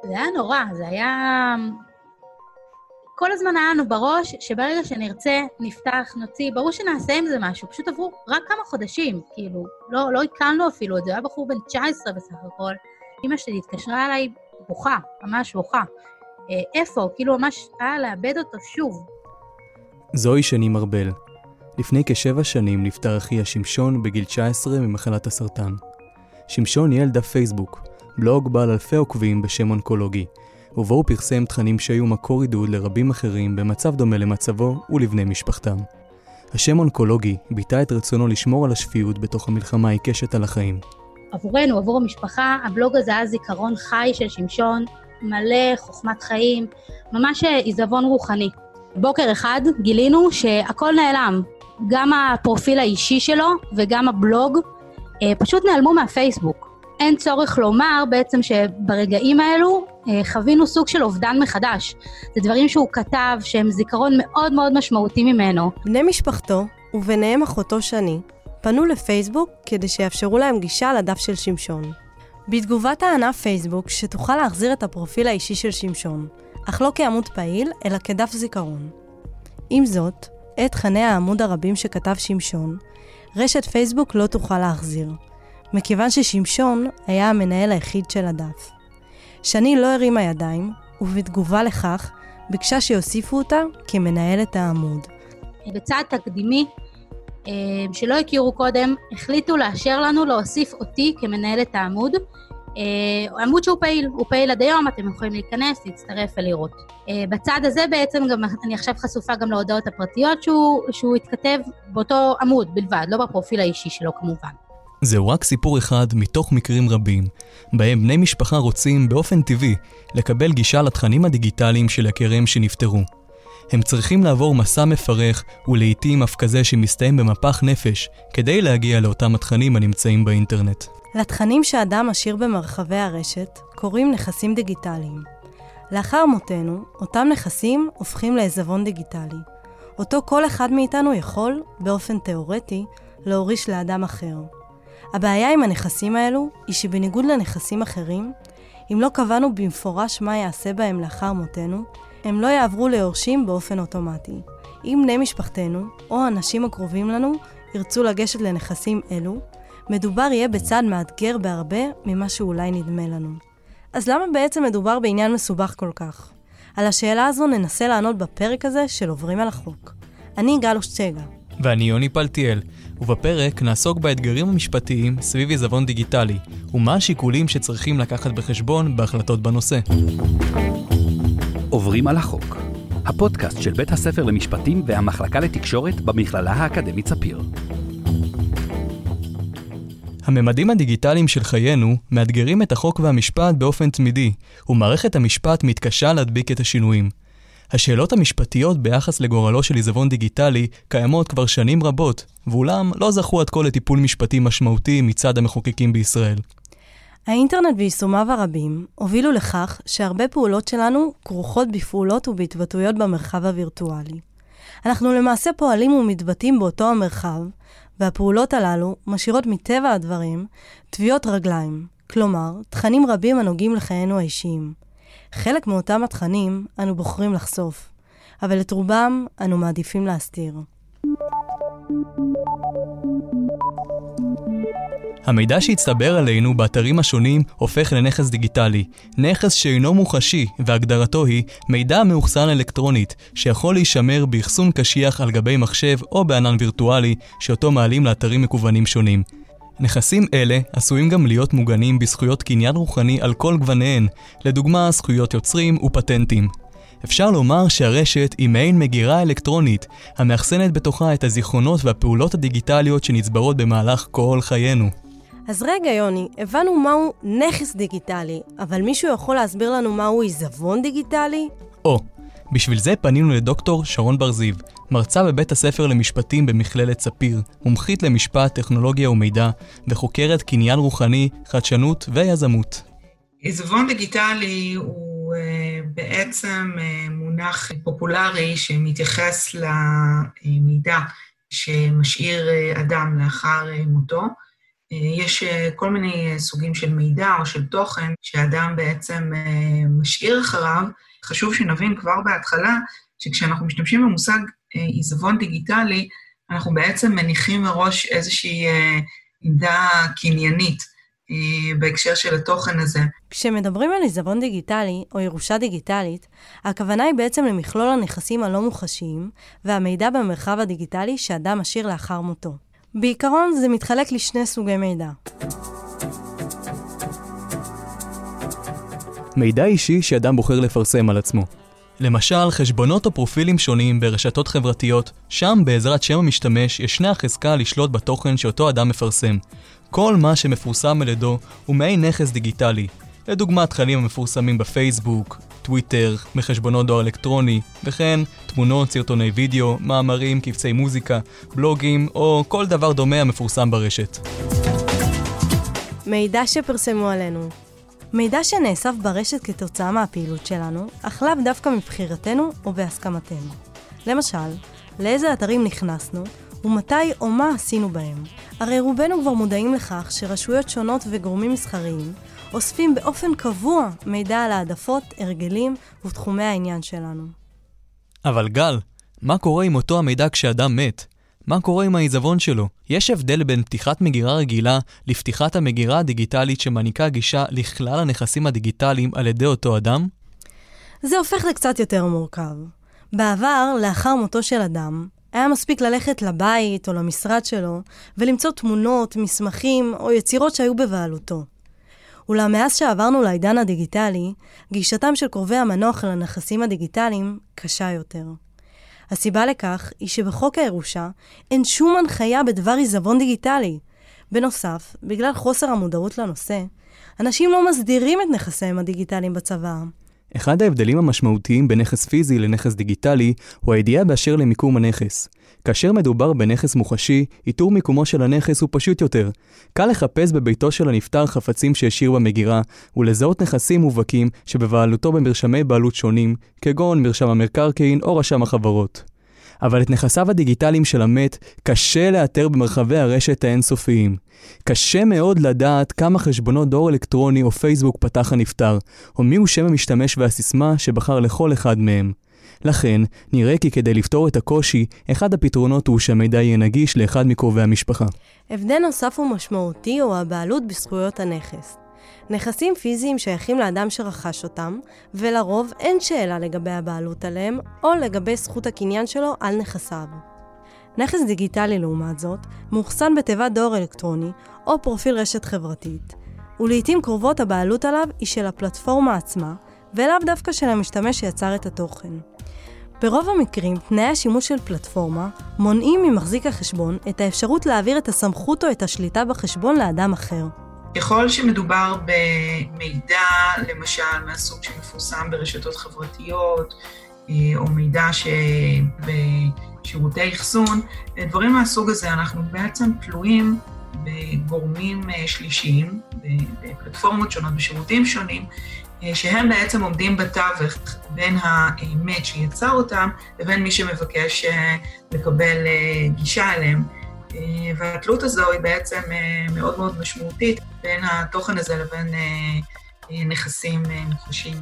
זה היה נורא, זה היה... כל הזמן היה לנו בראש שברגע שנרצה, נפתח, נוציא, ברור שנעשה עם זה משהו, פשוט עברו רק כמה חודשים, כאילו, לא הקלנו אפילו, זה היה בחור בן 19 בסך הכל. אמא שלי התקשרה אליי בוכה, ממש בוכה. איפה? כאילו ממש היה לאבד אותו שוב. זוהי שני מרבל. לפני כ7 שנים נפטר אחיה שמשון בגיל 19 ממחלת הסרטן. שמשון ניהל דף פייסבוק, בלוג בעל אלפי עוקבים בשם אונקולוגי, ובו הוא פרסם תכנים שהיו מקור עידוד לרבים אחרים במצב דומה למצבו ולבני משפחתם. השם אונקולוגי ביטא את רצונו לשמור על השפיות בתוך המלחמה העיקשת על החיים. עבורנו, עבור המשפחה, הבלוג הזה היה זיכרון חי של שמשון, מלא חוכמת חיים, ממש עיזבון רוחני. בוקר אחד גילינו שהכל נעלם, גם הפרופיל האישי שלו וגם הבלוג פשוט נעלמו מהפייסבוק. אין צורך לומר בעצם שברגעים האלו חווינו סוג של אובדן מחדש. זה דברים שהוא כתב שהם זיכרון מאוד מאוד משמעותי ממנו. בני משפחתו וביניהם אחותו שני פנו לפייסבוק כדי שיאפשרו להם גישה לדף של שמשון. בתגובה טענה פייסבוק שתוכל להחזיר את הפרופיל האישי של שמשון, אך לא כעמוד פעיל אלא כדף זיכרון. עם זאת, את תכני העמוד הרבים שכתב שמשון, רשת פייסבוק לא תוכל להחזיר, מכיוון ששמשון היה המנהל היחיד של הדף. שני לא הרימה ידיים, ובתגובה לכך ביקשה שיוסיפו אותה כמנהלת העמוד. בצעד תקדימי, שלא הכירו קודם, החליטו לאשר לנו להוסיף אותי כמנהלת העמוד. עמוד שהוא פעיל, הוא פעיל עד היום, אתם יכולים להיכנס, להצטרף ולראות. בצד הזה בעצם גם, אני עכשיו חשופה גם להודעות הפרטיות שהוא התכתב באותו עמוד בלבד, לא בפרופיל האישי שלו כמובן. זהו רק סיפור אחד מתוך מקרים רבים, בהם בני משפחה רוצים באופן טבעי לקבל גישה לתכנים הדיגיטליים של יקיריהם שנפטרו. הם צריכים לעבור מסע מפרך ולעיתים אף כזה שמסתיים במפח נפש כדי להגיע לאותם התכנים הנמצאים באינטרנט. לתכנים שאדם משאיר במרחבי הרשת קוראים נכסים דיגיטליים. לאחר מותנו, אותם נכסים הופכים לעיזבון דיגיטלי. אותו כל אחד מאיתנו יכול, באופן תיאורטי, להוריש לאדם אחר. הבעיה עם הנכסים האלו היא שבניגוד לנכסים אחרים, אם לא קבענו במפורש מה יעשה בהם לאחר מותנו, הם לא יעברו ליורשים באופן אוטומטי. אם בני משפחתנו או האנשים הקרובים לנו ירצו לגשת לנכסים אלו, מדובר יהיה בצד מאתגר בהרבה ממה שאולי נדמה לנו. אז למה בעצם מדובר בעניין מסובך כל כך? על השאלה הזו ננסה לענות בפרק הזה של עוברים על החוק. אני גלוש צ'גה. ואני יוני פלטיאל, ובפרק נעסוק באתגרים המשפטיים סביב עיזבון דיגיטלי, ומה השיקולים שצריכים לקחת בחשבון בהחלטות בנושא. עוברים על החוק, הפודקאסט של בית הספר למשפטים והמחלקה לתקשורת במכללה האקדמית ספיר. הממדים הדיגיטליים של חיינו מאתגרים את החוק והמשפט באופן תמידי, ומערכת המשפט מתקשה להדביק את השינויים. השאלות המשפטיות ביחס לגורלו של עיזבון דיגיטלי קיימות כבר שנים רבות, ואולם לא זכו עד כה לטיפול משפטי משמעותי מצד המחוקקים בישראל. האינטרנט ויישומיו הרבים הובילו לכך שהרבה פעולות שלנו כרוכות בפעולות ובהתבטאויות במרחב הווירטואלי. אנחנו למעשה פועלים ומתבטאים באותו המרחב, והפעולות הללו משאירות מטבע הדברים טביעות רגליים, כלומר, תכנים רבים הנוגעים לחיינו האישיים. חלק מאותם התכנים אנו בוחרים לחשוף, אבל את רובם אנו מעדיפים להסתיר. המידע שהצטבר עלינו באתרים השונים הופך לנכס דיגיטלי, נכס שאינו מוחשי, והגדרתו היא מידע מאוחסן אלקטרונית, שיכול להישמר באחסון קשיח על גבי מחשב או בענן וירטואלי, שאותו מעלים לאתרים מקוונים שונים. נכסים אלה עשויים גם להיות מוגנים בזכויות קניין רוחני על כל גווניהן, לדוגמה זכויות יוצרים ופטנטים. אפשר לומר שהרשת היא מעין מגירה אלקטרונית, המאחסנת בתוכה את הזיכרונות והפעולות הדיגיטליות שנצברות במהלך כל חיינו. אז רגע יוני, הבנו מהו נכס דיגיטלי, אבל מישהו יכול להסביר לנו מהו עיזבון דיגיטלי? בשביל זה פנינו לדוקטור שרון בר זיו, מרצה בבית הספר למשפטים במכללת ספיר, מומחית למשפט, טכנולוגיה ומידע, וחוקרת קניין רוחני, חדשנות ויזמות. עיזבון דיגיטלי הוא בעצם מונח פופולרי שמתייחס למידע שמשאיר אדם לאחר מותו, יש כל מיני סוגים של מידע או של תוכן שאדם בעצם משאיר אחריו. חשוב שנבין כבר בהתחלה שכשאנחנו משתמשים במושג עיזבון דיגיטלי, אנחנו בעצם מניחים מראש איזושהי עמדה קניינית בהקשר של התוכן הזה. כשמדברים על עיזבון דיגיטלי או ירושה דיגיטלית, הכוונה היא בעצם למכלול הנכסים הלא מוחשיים והמידע במרחב הדיגיטלי שאדם משאיר לאחר מותו. בעיקרון זה מתחלק לשני סוגי מידע. מידע אישי שאדם בוחר לפרסם על עצמו. למשל, חשבונות או פרופילים שונים ברשתות חברתיות, שם בעזרת שם המשתמש ישנה החזקה לשלוט בתוכן שאותו אדם מפרסם. כל מה שמפורסם על ידו הוא מעין נכס דיגיטלי, לדוגמת תכנים המפורסמים בפייסבוק, טוויטר, מחשבונות דואר אלקטרוני, וכן תמונות, סרטוני וידאו, מאמרים, קבצי מוזיקה, בלוגים או כל דבר דומה המפורסם ברשת. מידע שפרסמו עלינו. מידע שנאסף ברשת כתוצאה מהפעילות שלנו, אך לאו דווקא מבחירתנו או בהסכמתנו. למשל, לאיזה אתרים נכנסנו ומתי או מה עשינו בהם. הרי רובנו כבר מודעים לכך שרשויות שונות וגורמים מסחריים אוספים באופן קבוע מידע על העדפות, הרגלים ותחומי העניין שלנו. אבל גל, מה קורה עם אותו המידע כשאדם מת? מה קורה עם העיזבון שלו? יש הבדל בין פתיחת מגירה רגילה לפתיחת המגירה הדיגיטלית שמעניקה גישה לכלל הנכסים הדיגיטליים על ידי אותו אדם? זה הופך לקצת יותר מורכב. בעבר, לאחר מותו של אדם, היה מספיק ללכת לבית או למשרד שלו ולמצוא תמונות, מסמכים או יצירות שהיו בבעלותו. אולם מאז שעברנו לעידן הדיגיטלי, גישתם של קרובי המנוח לנכסים הדיגיטליים קשה יותר. הסיבה לכך היא שבחוק הירושה אין שום הנחיה בדבר עיזבון דיגיטלי. בנוסף, בגלל חוסר המודעות לנושא, אנשים לא מסדירים את נכסיהם הדיגיטליים בצבא. אחד ההבדלים המשמעותיים בין נכס פיזי לנכס דיגיטלי הוא הידיעה באשר למיקום הנכס. כאשר מדובר בנכס מוחשי, איתור מיקומו של הנכס הוא פשוט יותר. קל לחפש בביתו של הנפטר חפצים שהשאיר במגירה, ולזהות נכסים מובהקים שבבעלותו במרשמי בעלות שונים, כגון מרשם המקרקעין או רשם החברות. אבל את נכסיו הדיגיטליים של המת קשה לאתר במרחבי הרשת האינסופיים. קשה מאוד לדעת כמה חשבונות דואר אלקטרוני או פייסבוק פתח הנפטר, או מיהו שם המשתמש והסיסמה שבחר לכל אחד מהם. לכן, נראה כי כדי לפתור את הקושי, אחד הפתרונות הוא שהמידע יהיה נגיש לאחד מקרובי המשפחה. הבדל נוסף ומשמעותי הוא הבעלות בזכויות הנכס. נכסים פיזיים שייכים לאדם שרכש אותם, ולרוב אין שאלה לגבי הבעלות עליהם, או לגבי זכות הקניין שלו על נכסיו. נכס דיגיטלי לעומת זאת, מאוחסן בתיבת דואר אלקטרוני, או פרופיל רשת חברתית, ולעיתים קרובות הבעלות עליו היא של הפלטפורמה עצמה, ולאו דווקא של המשתמש שיצר את התוכן. ברוב המקרים, תנאי השימוש של פלטפורמה מונעים ממחזיק החשבון את האפשרות להעביר את הסמכות או את השליטה בחשבון לאדם אחר. ככל שמדובר במידע, למשל, מהסוג שמפורסם ברשתות חברתיות, או מידע בשירותי אחסון, דברים מהסוג הזה אנחנו בעצם תלויים בגורמים שלישיים, בפלטפורמות שונות, בשירותים שונים, שהם בעצם עומדים בתווך בין האמת שיצר אותם, לבין מי שמבקש לקבל גישה אליהם. והתלות הזו היא בעצם מאוד מאוד משמעותית בין התוכן הזה לבין נכסים מוחשיים.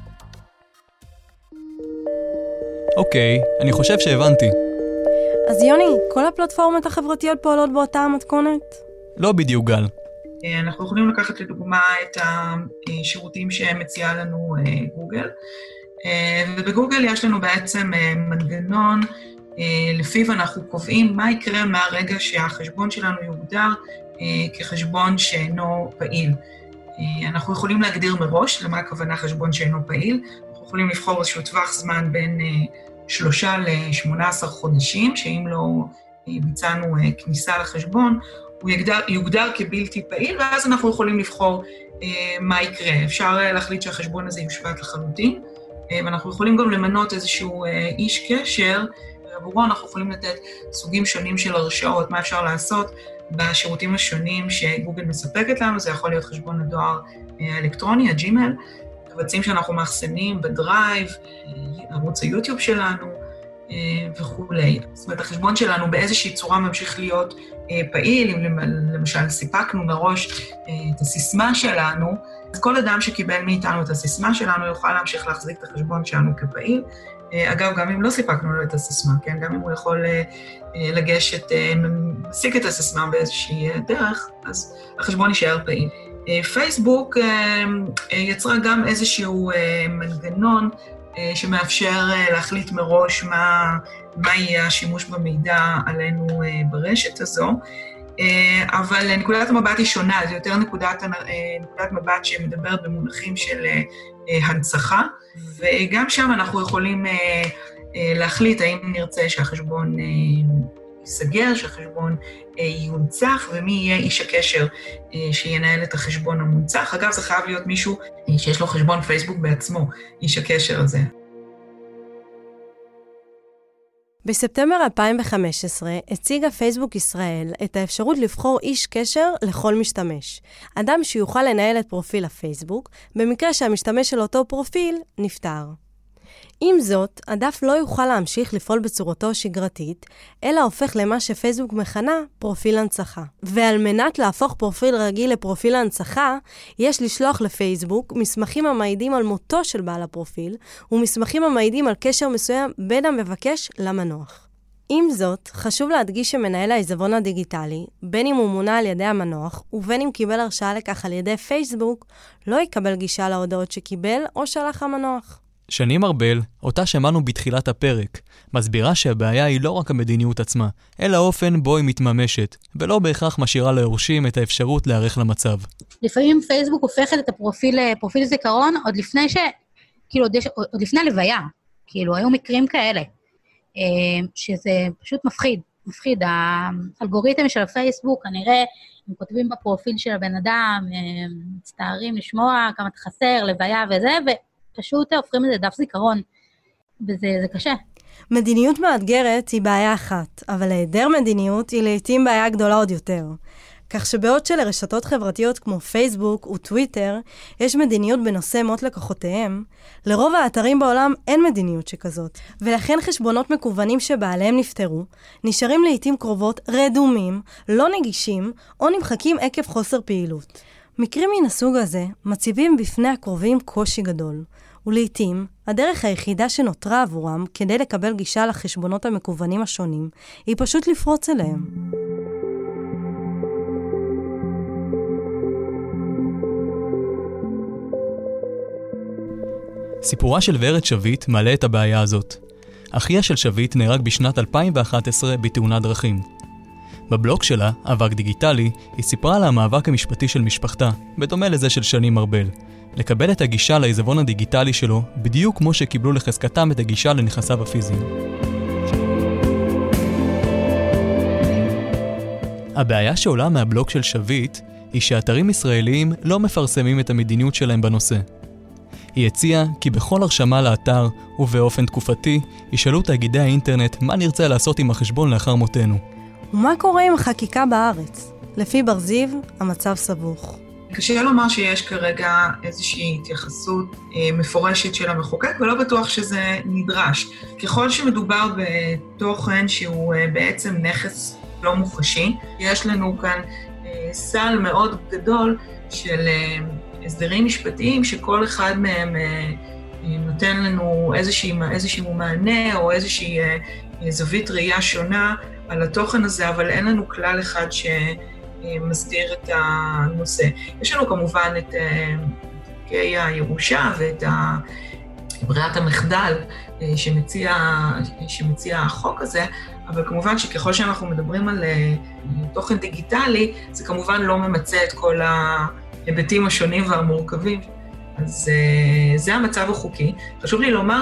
אוקיי, אני חושב שהבנתי. אז יוני, כל הפלטפורמות החברתיות פועלות באותה המתכונת? לא בדיוק גל. אנחנו יכולים לקחת לדוגמה את השירותים שמציעה לנו גוגל, ובגוגל יש לנו בעצם מנגנון לפיו אנחנו קובעים מה יקרה מהרגע שהחשבון שלנו יוגדר כחשבון שאינו פעיל. אנחנו יכולים להגדיר מראש למה הכוונה חשבון שאינו פעיל, אנחנו יכולים לבחור איזשהו טווח זמן בין 3 ל-18 חודשים, שאם לא ביצענו כניסה לחשבון, הוא יוגדר כבלתי פעיל, ואז אנחנו יכולים לבחור מה יקרה. אפשר להחליט שהחשבון הזה יושבת לחלוטין, ואנחנו יכולים גם למנות איזשהו איש קשר, ועבורו אנחנו יכולים לתת סוגים שונים של הרשאות, מה אפשר לעשות בשירותים השונים שגוגל מספקת לנו, זה יכול להיות חשבון הדואר האלקטרוני, הג'ימייל, קבצים שאנחנו מאחסנים בדרייב, ערוץ היוטיוב שלנו, וכולי. זאת אומרת, החשבון שלנו באיזושהי צורה ממשיך להיות פעיל, אם למשל סיפקנו מראש את הסיסמה שלנו, אז כל אדם שקיבל מאיתנו את הסיסמה שלנו יוכל להמשיך להחזיק את החשבון שלנו כפעיל. אגב, גם אם לא סיפקנו לו את הסיסמה, כן? גם אם הוא יכול לגשת, להשיג את הסיסמה באיזושהי דרך, אז החשבון יישאר פעיל. פייסבוק יצרה גם איזשהו מנגנון שמאפשר להחליט מראש מה יהיה השימוש במידע עלינו ברשת הזו, אבל נקודת המבט היא שונה, זה יותר נקודת מבט שמדברת במונחים של הנצחה, וגם שם אנחנו יכולים להחליט האם נרצה שהחשבון ייסגר, שהחשבון יונצח, ומי יהיה איש הקשר שינהל את החשבון המונצח. אגב, זה חייב להיות מישהו שיש לו חשבון פייסבוק בעצמו, איש הקשר הזה. בספטמבר 2015 הציגה פייסבוק ישראל את האפשרות לבחור איש קשר לכל משתמש. אדם שיוכל לנהל את פרופיל הפייסבוק, במקרה שהמשתמש של אותו פרופיל נפטר. עם זאת, הדף לא יוכל להמשיך לפעול בצורתו שגרתית, אלא הופך למה שפייסבוק מכנה פרופיל הנצחה. ועל מנת להפוך פרופיל רגיל לפרופיל הנצחה, יש לשלוח לפייסבוק מסמכים המעידים על מותו של בעל הפרופיל, ומסמכים המעידים על קשר מסוים בין המבקש למנוח. עם זאת, חשוב להדגיש שמנהל העיזבון הדיגיטלי, בין אם הוא מונה על ידי המנוח, ובין אם קיבל הרשאה לכך על ידי פייסבוק, לא יקבל גישה להודעות שקיבל או שלח המנוח. שני ארבל, אותה שמענו בתחילת הפרק, מסבירה שהבעיה היא לא רק המדיניות עצמה, אלא האופן בו היא מתממשת, ולא בהכרח משאירה ליורשים את האפשרות להיערך למצב. לפעמים פייסבוק הופכת את הפרופיל זיכרון עוד לפני עוד לפני לוויה. כאילו, היו מקרים כאלה, שזה פשוט מפחיד. האלגוריתם של הפייסבוק, כנראה, הם כותבים בפרופיל של הבן אדם, מצטערים לשמוע כמה תחסר, לוויה וזה, פשוט הופכים את זה דף זיכרון, וזה קשה. מדיניות מאתגרת היא בעיה אחת, אבל היעדר מדיניות היא לעתים בעיה גדולה עוד יותר. כך שבעוד שלרשתות חברתיות כמו פייסבוק וטוויטר יש מדיניות בנושא מות לקוחותיהם, לרוב האתרים בעולם אין מדיניות שכזאת, ולכן חשבונות מקוונים שבעליהם נפטרו, נשארים לעתים קרובות רדומים, לא נגישים או נמחקים עקב חוסר פעילות. מקרים מן הסוג הזה מציבים בפני הקרובים קושי גדול, ולעיתים הדרך היחידה שנותרה עבורם כדי לקבל גישה לחשבונות המקוונים השונים היא פשוט לפרוץ אליהם. סיפורה של ורד שביט מעלה את הבעיה הזאת. אחיה של שביט נהרג בשנת 2011 בתאונת דרכים. בבלוג שלה, אבק דיגיטלי, היא סיפרה על המאבק המשפטי של משפחתה, בדומה לזה של שני ארבל, לקבל את הגישה לעיזבון הדיגיטלי שלו, בדיוק כמו שקיבלו לחזקתם את הגישה לנכסיו הפיזיים. הבעיה שעולה מהבלוג של שביט, היא שאתרים ישראליים לא מפרסמים את המדיניות שלהם בנושא. היא הציעה כי בכל הרשמה לאתר ובאופן תקופתי, ישאלו תאגידי האינטרנט מה נרצה לעשות עם החשבון לאחר מותנו. ומה קורה עם החקיקה בארץ? לפי בר זיו, המצב סבוך. קשה לומר שיש כרגע איזושהי התייחסות מפורשת של המחוקק, ולא בטוח שזה נדרש. ככל שמדובר בתוכן שהוא בעצם נכס לא מוחשי, יש לנו כאן סל מאוד גדול של הסדרים משפטיים, שכל אחד מהם נותן לנו איזשהו מענה או איזושהי זווית ראייה שונה על התוכן הזה, אבל אין לנו כלל אחד שמסדיר את הנושא. יש לנו כמובן את חוקי הירושה ואת ברירת המחדל שמציע החוק הזה, אבל כמובן שככל שאנחנו מדברים על תוכן דיגיטלי, זה כמובן לא ממצא את כל ההיבטים השונים והמורכבים. אז זה המצב החוקי. חשוב לי לומר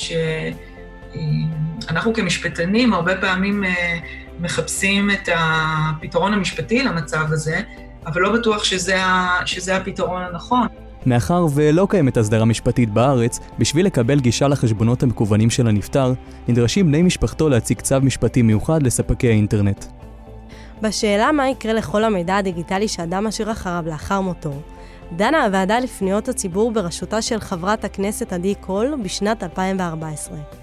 שאנחנו כמשפטנים הרבה פעמים מחפשים את הפתרון המשפטי למצב הזה, אבל לא בטוח שזה הפתרון הנכון. מאחר ולא קיימת הסדרה משפטית בארץ, בשביל לקבל גישה לחשבונות המקוונים של הנפטר, נדרשים בני משפחתו להציג צו משפטי מיוחד לספקי האינטרנט. בשאלה מה יקרה לכל המידע הדיגיטלי שאדם משאיר אחריו לאחר מותו, דנה הוועדה לפניות הציבור בראשותה של חברת הכנסת עדי קול בשנת 2014.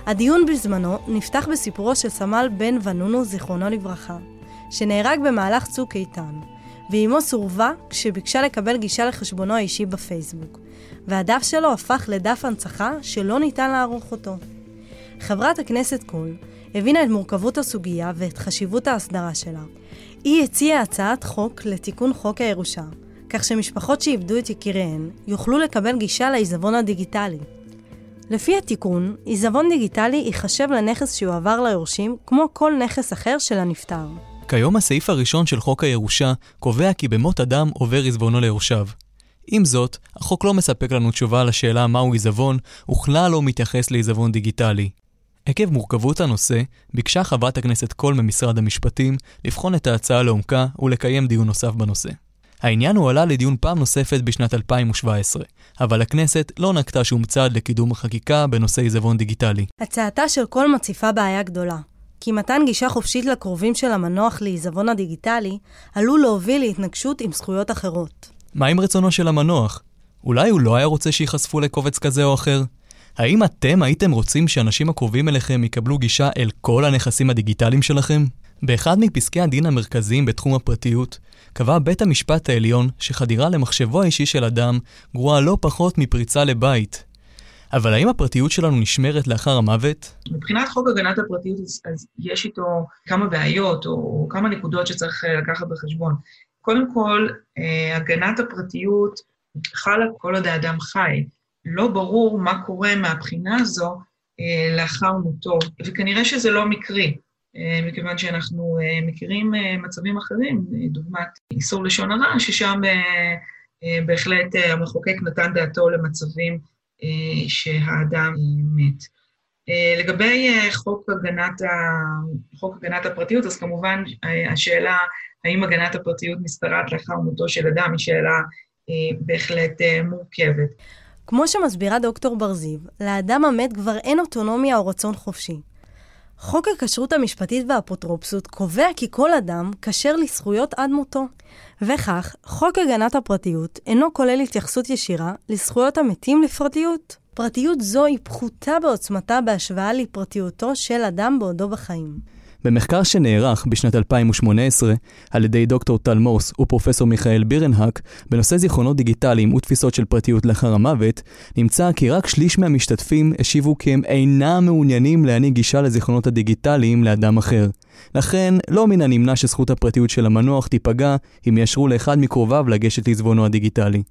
הדיון בזמנו נפתח בסיפורו של סמל בן ונונו, זיכרונו לברכה, שנהרג במהלך צוק איתן, ואימו סורבה כשביקשה לקבל גישה לחשבונו האישי בפייסבוק, והדף שלו הפך לדף הנצחה שלא ניתן לערוך אותו. חברת הכנסת קול הבינה את מורכבות הסוגיה ואת חשיבות ההסדרה שלה. היא הציעה הצעת חוק לתיקון חוק הירושה, כך שמשפחות שאיבדו את יקיריהן יוכלו לקבל גישה לעיזבון הדיגיטלי. לפי התיקון, עיזבון דיגיטלי ייחשב לנכס שהועבר ליורשים כמו כל נכס אחר של הנפטר. כיום הסעיף הראשון של חוק הירושה קובע כי במות אדם עובר עיזבונו ליורשיו. עם זאת, החוק לא מספק לנו תשובה על השאלה מהו עיזבון, וכלל לא מתייחס לעיזבון דיגיטלי. עקב מורכבות הנושא, ביקשה חברת הכנסת קול ממשרד המשפטים לבחון את ההצעה לעומקה ולקיים דיון נוסף בנושא. העניין הועלה לדיון פעם נוספת בשנת 2017, אבל הכנסת לא נקטה שום צעד לקידום החקיקה בנושא עיזבון דיגיטלי. הצעתה של קול מציפה בעיה גדולה, כי מתן גישה חופשית לקרובים של המנוח לעיזבון הדיגיטלי עלול להוביל להתנגשות עם זכויות אחרות. מה עם רצונו של המנוח? אולי הוא לא היה רוצה שיחשפו לקובץ כזה או אחר? האם אתם הייתם רוצים שאנשים הקרובים אליכם יקבלו גישה אל כל הנכסים הדיגיטליים שלכם? באחד מפסקי הדין המרכזיים בתחום הפרטיות, קבע בית המשפט העליון שחדירה למחשבו האישי של אדם גרועה לא פחות מפריצה לבית. אבל האם הפרטיות שלנו נשמרת לאחר המוות? מבחינת חוק הגנת הפרטיות, אז יש איתו כמה בעיות או כמה נקודות שצריך לקחת בחשבון. קודם כל, הגנת הפרטיות חלה כל עוד האדם חי. לא ברור מה קורה מהבחינה הזו לאחר מותו, וכנראה שזה לא מקרי, מכיוון שאנחנו מכירים מצבים אחרים, דוגמת איסור לשון הרע, ששם בהחלט המחוקק נתן דעתו למצבים שהאדם מת. לגבי חוק הגנת הפרטיות, אז כמובן השאלה האם הגנת הפרטיות משתרעת לאחר מותו של אדם היא שאלה בהחלט מורכבת. כמו שמסבירה דוקטור בר-זיו, לאדם המת כבר אין אוטונומיה או רצון חופשי. חוק הכשרות המשפטית והאפוטרופסות קובע כי כל אדם כשר לזכויות עד מותו. וכך, חוק הגנת הפרטיות אינו כולל התייחסות ישירה לזכויות המתים לפרטיות. פרטיות זו היא פחותה בעוצמתה בהשוואה לפרטיותו של אדם בעודו בחיים. במחקר שנערך בשנת 2018 על ידי דוקטור טל מורס ופרופסור מיכאל בירנהק בנושא זיכרונות דיגיטליים ותפיסות של פרטיות לאחר המוות, נמצא כי רק שליש מהמשתתפים השיבו כי הם אינם מעוניינים להעניק גישה לזיכרונות הדיגיטליים לאדם אחר. לכן, לא מן הנמנע שזכות הפרטיות של המנוח תיפגע אם יאשרו לאחד מקרוביו לגשת לעיזבונו הדיגיטלי.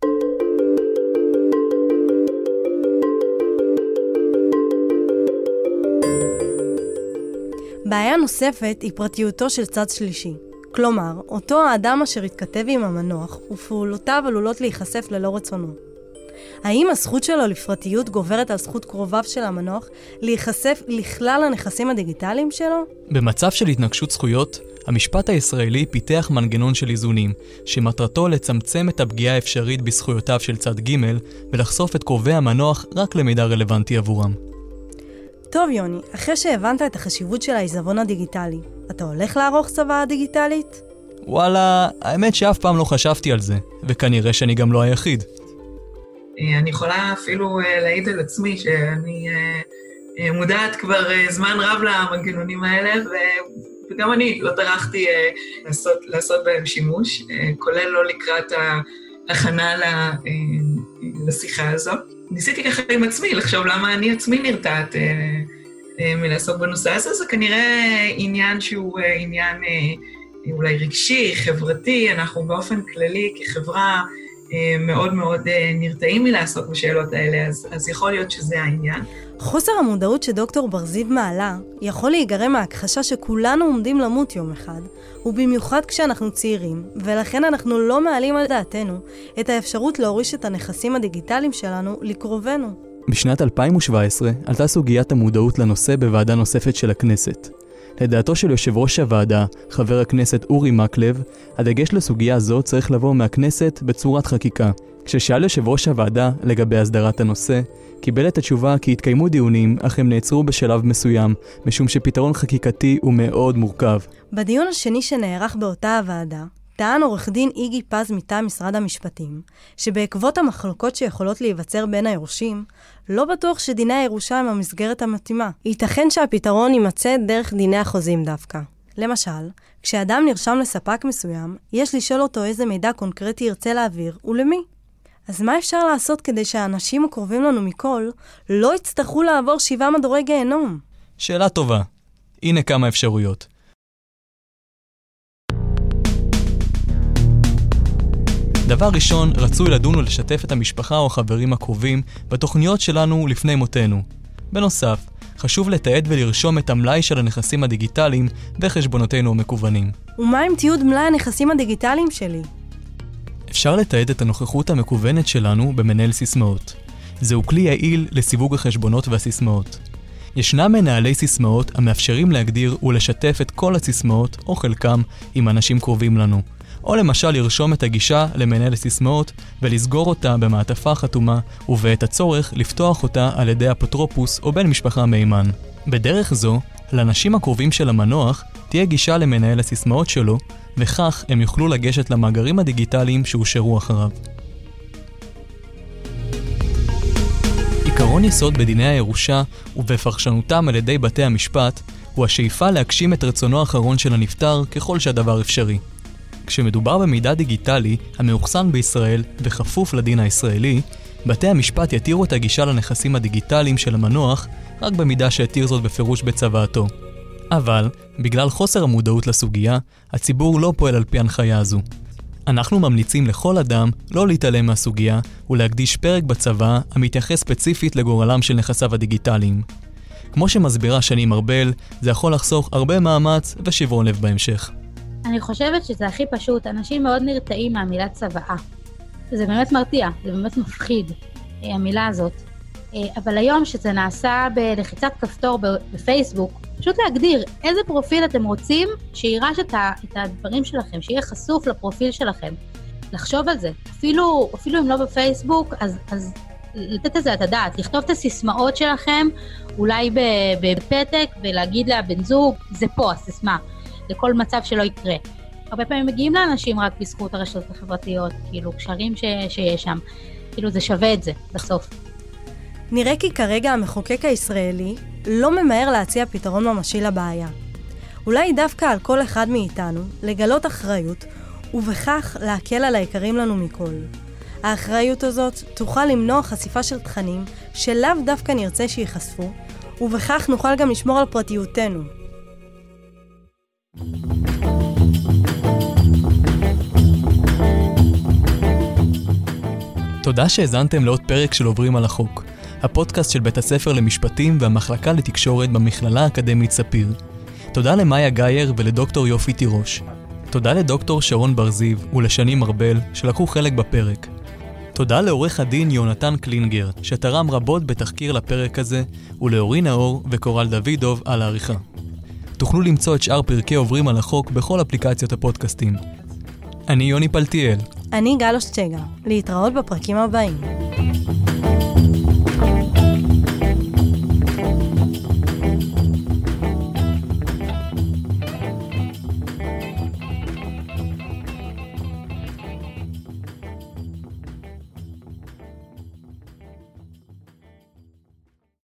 בעיה נוספת היא פרטיותו של צד שלישי. כלומר, אותו האדם אשר התכתב עם המנוח ופעולותיו עלולות להיחשף ללא רצונו. האם הזכות שלו לפרטיות גוברת על זכות קרוביו של המנוח להיחשף לכלל הנכסים הדיגיטליים שלו? במצב של התנגשות זכויות, המשפט הישראלי פיתח מנגנון של איזונים, שמטרתו לצמצם את הפגיעה האפשרית בזכויותיו של צד ג' ולחשוף את קרובי המנוח רק למידע רלוונטי עבורם. טוב יוני, אחרי שהבנת את החשיבות של העיזבון הדיגיטלי, אתה הולך לערוך צוואה דיגיטלית? וואלה, האמת שאף פעם לא חשבתי על זה, וכנראה שאני גם לא היחיד. אני יכולה אפילו להעיד על עצמי שאני מודעת כבר זמן רב למנגנונים האלה, וגם אני לא טרחתי לעשות בהם שימוש, כולל לא לקראת ההכנה לשיחה הזו. ניסיתי ככה עם עצמי, לחשוב למה אני עצמי נרתעת מלעסוק בנושא הזה, זה כנראה עניין שהוא עניין אולי רגשי, חברתי, אנחנו באופן כללי כחברה מאוד מאוד נרתעים מלעסוק בשאלות האלה, אז יכול להיות שזה העניין. חוסר המודעות שדוקטור בר-זיו מעלה יכול להיגרם מהכחשה שכולנו עומדים למות יום אחד, ובמיוחד כשאנחנו צעירים, ולכן אנחנו לא מעלים על דעתנו את האפשרות להוריש את הנכסים הדיגיטליים שלנו לקרובנו. בשנת 2017 עלתה סוגיית המודעות לנושא בוועדה נוספת של הכנסת. לדעתו של יושב ראש הוועדה, חבר הכנסת אורי מקלב, הדגש לסוגיה זו צריך לבוא מהכנסת בצורת חקיקה. כששאל יושב ראש הוועדה לגבי הסדרת הנושא, קיבל את התשובה כי התקיימו דיונים, אך הם נעצרו בשלב מסוים, משום שפתרון חקיקתי הוא מאוד מורכב. בדיון השני שנערך באותה הוועדה, טען עורך דין איגי פז מטעם משרד המשפטים, שבעקבות המחלוקות שיכולות להיווצר בין היורשים, לא בטוח שדיני הירושה הם המסגרת המתאימה. ייתכן שהפתרון יימצא דרך דיני החוזים דווקא. למשל, כשאדם נרשם לספק מסוים, יש לשאול אותו איזה מידע קונקרטי ירצה להעביר ולמי. אז מה אפשר לעשות כדי שהאנשים הקרובים לנו מכל לא יצטרכו לעבור 7 מדורי גיהנום? שאלה טובה. הנה כמה אפשרויות. דבר ראשון, רצוי לדון ולשתף את המשפחה או החברים הקרובים בתוכניות שלנו לפני מותנו. בנוסף, חשוב לתעד ולרשום את המלאי של הנכסים הדיגיטליים בחשבונותינו המקוונים. ומה עם תיעוד מלאי הנכסים הדיגיטליים שלי? אפשר לתעד את הנוכחות המקוונת שלנו במנהל סיסמאות. זהו כלי יעיל לסיווג החשבונות והסיסמאות. ישנם מנהלי סיסמאות המאפשרים להגדיר ולשתף את כל הסיסמאות או חלקם עם אנשים קרובים לנו. או למשל לרשום את הגישה למנהל הסיסמאות ולסגור אותה במעטפה חתומה ובעת הצורך לפתוח אותה על ידי אפוטרופוס או בן משפחה מהימן. בדרך זו, לאנשים הקרובים של המנוח תהיה גישה למנהל הסיסמאות שלו, וכך הם יוכלו לגשת למאגרים הדיגיטליים שאושרו אחריו. עיקרון יסוד בדיני הירושה ובפרשנותם על ידי בתי המשפט הוא השאיפה להגשים את רצונו האחרון של הנפטר ככל שהדבר אפשרי. כשמדובר במידע דיגיטלי המאוחסן בישראל וכפוף לדין הישראלי, בתי המשפט יתירו את הגישה לנכסים הדיגיטליים של המנוח רק במידה שיתיר זאת בפירוש בצוואתו. אבל, בגלל חוסר המודעות לסוגיה, הציבור לא פועל על פי הנחיה הזו. אנחנו ממליצים לכל אדם לא להתעלם מהסוגיה ולהקדיש פרק בצבא המתייחס ספציפית לגורלם של נכסיו הדיגיטליים. כמו שמסבירה שני מרבל, זה יכול לחסוך הרבה מאמץ ושברון לב בהמשך. אני חושבת שזה הכי פשוט, אנשים מאוד נרתעים מהמילה צוואה. זה באמת מרתיע, זה באמת מפחיד, המילה הזאת. אבל היום שזה נעשה בלחיצת כפתור בפייסבוק, פשוט להגדיר איזה פרופיל אתם רוצים שירש את הדברים שלכם, שיהיה חשוף לפרופיל שלכם. לחשוב על זה. אפילו אם לא בפייסבוק, אז לתת את זה את הדעת, לכתוב את הסיסמאות שלכם, אולי בפתק, ולהגיד לבן זוג, זה פה הסיסמה. לכל מצב שלא יקרה. הרבה פעמים מגיעים לאנשים רק בזכות הרשתות החברתיות, כאילו קשרים שיש שם, כאילו זה שווה את זה בסוף. נראה כי כרגע המחוקק הישראלי לא ממהר להציע פתרון ממשי לבעיה. אולי דווקא על כל אחד מאיתנו לגלות אחריות, ובכך להקל על היקרים לנו מכל. האחריות הזאת תוכל למנוע חשיפה של תכנים שלאו דווקא נרצה שיחשפו, ובכך נוכל גם לשמור על פרטיותנו. תודה שהזנתם לעוד פרק של עוברים על החוק, הפודקאסט של בית הספר למשפטים והמחלקה לתקשורת במכללה האקדמית ספיר. תודה למאיה גייר ולדוקטור יופי תירוש. תודה לדוקטור שרון ברזיו ולשני מרבל שלקחו חלק בפרק. תודה לעורך הדין יונתן קלינגר שתרם רבות בתחקיר לפרק הזה, ולאורי נאור וקורל דוידוב על העריכה. תוכלו למצוא את שאר פרקי עוברים על החוק בכל אפליקציות הפודקאסטים. אני יוני פלטיאל. אני גלוש צ'גה. להתראות בפרקים הבאים.